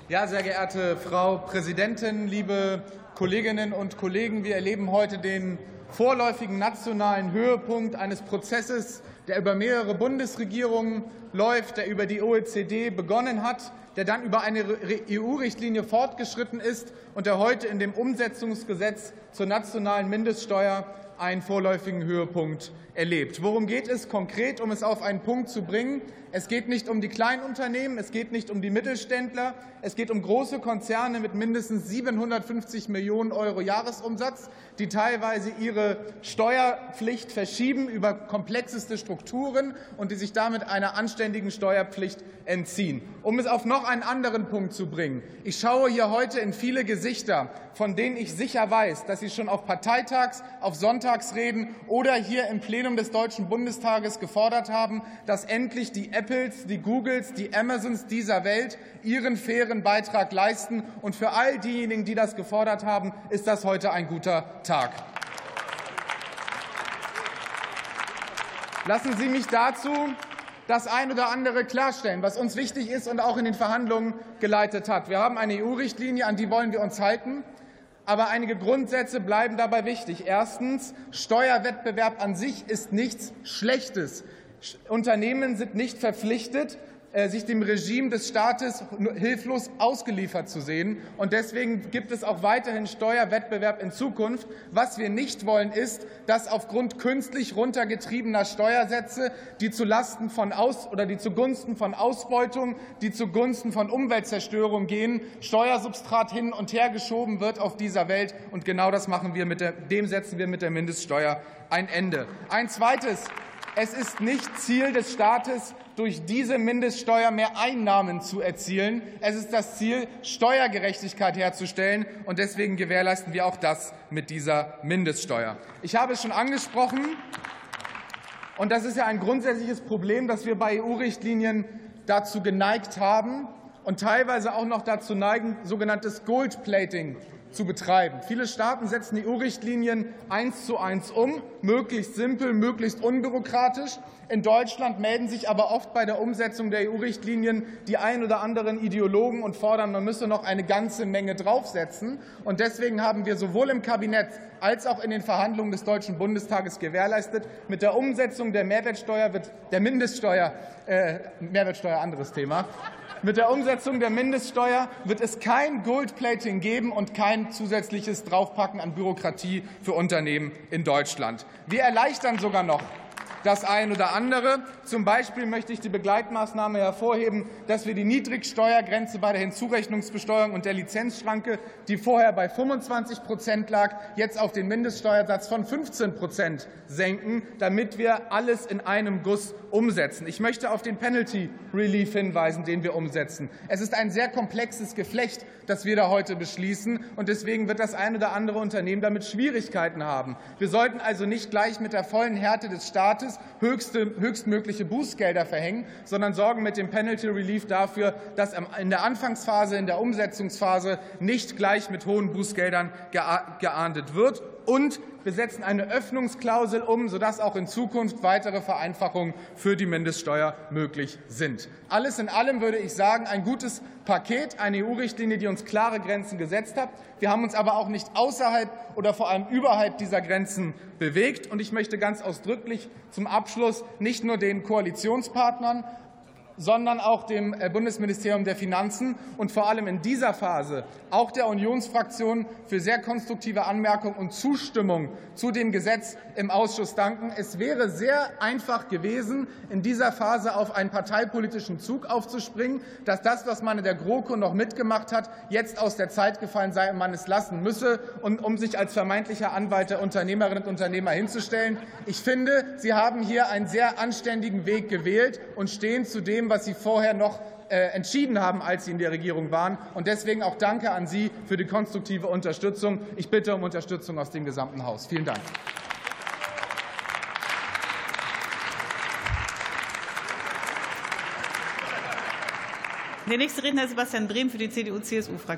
Ja, sehr geehrte Frau Präsidentin, liebe Kolleginnen und Kollegen! Wir erleben heute den vorläufigen nationalen Höhepunkt eines Prozesses, der über mehrere Bundesregierungen läuft, der über die OECD begonnen hat, der dann über eine EU-Richtlinie fortgeschritten ist und der heute in dem Umsetzungsgesetz zur nationalen Mindeststeuer einen vorläufigen Höhepunkt erlebt. Worum geht es konkret, um es auf einen Punkt zu bringen? Es geht nicht um die Kleinunternehmen, es geht nicht um die Mittelständler, es geht um große Konzerne mit mindestens 750 Millionen € Jahresumsatz, die teilweise ihre Steuerpflicht verschieben über komplexeste Strukturen und die sich damit einer anständigen Steuerpflicht entziehen. Um es auf noch einen anderen Punkt zu bringen: Ich schaue hier heute in viele Gesichter, von denen ich sicher weiß, dass sie schon auf Parteitags-, auf Sonntagsreden oder hier im Plenum des Deutschen Bundestages gefordert haben, dass endlich die Apples, die Googles, die Amazons dieser Welt ihren fairen Beitrag leisten. Und für all diejenigen, die das gefordert haben, ist das heute ein guter Tag. Lassen Sie mich dazu das ein oder andere klarstellen, was uns wichtig ist und auch in den Verhandlungen geleitet hat. Wir haben eine EU-Richtlinie, an die wollen wir uns halten. Aber einige Grundsätze bleiben dabei wichtig. Erstens: Steuerwettbewerb an sich ist nichts Schlechtes. Unternehmen sind nicht verpflichtet, sich dem Regime des Staates hilflos ausgeliefert zu sehen. Und deswegen gibt es auch weiterhin Steuerwettbewerb in Zukunft. Was wir nicht wollen, ist, dass aufgrund künstlich runtergetriebener Steuersätze, die zulasten von die zugunsten von Ausbeutung, die zugunsten von Umweltzerstörung gehen, Steuersubstrat hin und her geschoben wird auf dieser Welt. Und genau das machen wir dem setzen wir mit der Mindeststeuer ein Ende. Ein zweites: Es ist nicht Ziel des Staates, durch diese Mindeststeuer mehr Einnahmen zu erzielen. Es ist das Ziel, Steuergerechtigkeit herzustellen. Und deswegen gewährleisten wir auch das mit dieser Mindeststeuer. Ich habe es schon angesprochen, und das ist ja ein grundsätzliches Problem, dass wir bei EU-Richtlinien dazu geneigt haben und teilweise auch noch dazu neigen, sogenanntes Goldplating zu betreiben. Viele Staaten setzen die EU-Richtlinien 1:1 um, möglichst simpel, möglichst unbürokratisch. In Deutschland melden sich aber oft bei der Umsetzung der EU-Richtlinien die ein oder anderen Ideologen und fordern, man müsse noch eine ganze Menge draufsetzen. Und deswegen haben wir sowohl im Kabinett als auch in den Verhandlungen des Deutschen Bundestages gewährleistet, mit der Umsetzung der Mindeststeuer, anderes Thema. Mit der Umsetzung der Mindeststeuer wird es kein Goldplating geben und kein zusätzliches Draufpacken an Bürokratie für Unternehmen in Deutschland. Wir erleichtern sogar noch das ein oder andere. Zum Beispiel möchte ich die Begleitmaßnahme hervorheben, dass wir die Niedrigsteuergrenze bei der Hinzurechnungsbesteuerung und der Lizenzschranke, die vorher bei 25% lag, jetzt auf den Mindeststeuersatz von 15% senken, damit wir alles in einem Guss umsetzen. Ich möchte auf den Penalty Relief hinweisen, den wir umsetzen. Es ist ein sehr komplexes Geflecht, das wir da heute beschließen, und deswegen wird das ein oder andere Unternehmen damit Schwierigkeiten haben. Wir sollten also nicht gleich mit der vollen Härte des Staates höchstmögliche Bußgelder verhängen, sondern sorgen mit dem Penalty Relief dafür, dass in der Anfangsphase, in der Umsetzungsphase nicht gleich mit hohen Bußgeldern geahndet wird. Und wir setzen eine Öffnungsklausel um, sodass auch in Zukunft weitere Vereinfachungen für die Mindeststeuer möglich sind. Alles in allem würde ich sagen, ein gutes Paket, eine EU-Richtlinie, die uns klare Grenzen gesetzt hat. Wir haben uns aber auch nicht außerhalb oder vor allem überhalb dieser Grenzen bewegt. Und ich möchte ganz ausdrücklich zum Abschluss nicht nur den Koalitionspartnern, sondern auch dem Bundesministerium der Finanzen und vor allem in dieser Phase auch der Unionsfraktion für sehr konstruktive Anmerkungen und Zustimmung zu dem Gesetz im Ausschuss danken. Es wäre sehr einfach gewesen, in dieser Phase auf einen parteipolitischen Zug aufzuspringen, dass das, was man in der GroKo noch mitgemacht hat, jetzt aus der Zeit gefallen sei und man es lassen müsse, um sich als vermeintlicher Anwalt der Unternehmerinnen und Unternehmer hinzustellen. Ich finde, Sie haben hier einen sehr anständigen Weg gewählt und stehen zu dem, was Sie vorher noch entschieden haben, als Sie in der Regierung waren. Und deswegen auch Danke an Sie für die konstruktive Unterstützung. Ich bitte um Unterstützung aus dem gesamten Haus. Vielen Dank. Der nächste Redner ist Sebastian Brehm für die CDU-CSU-Fraktion.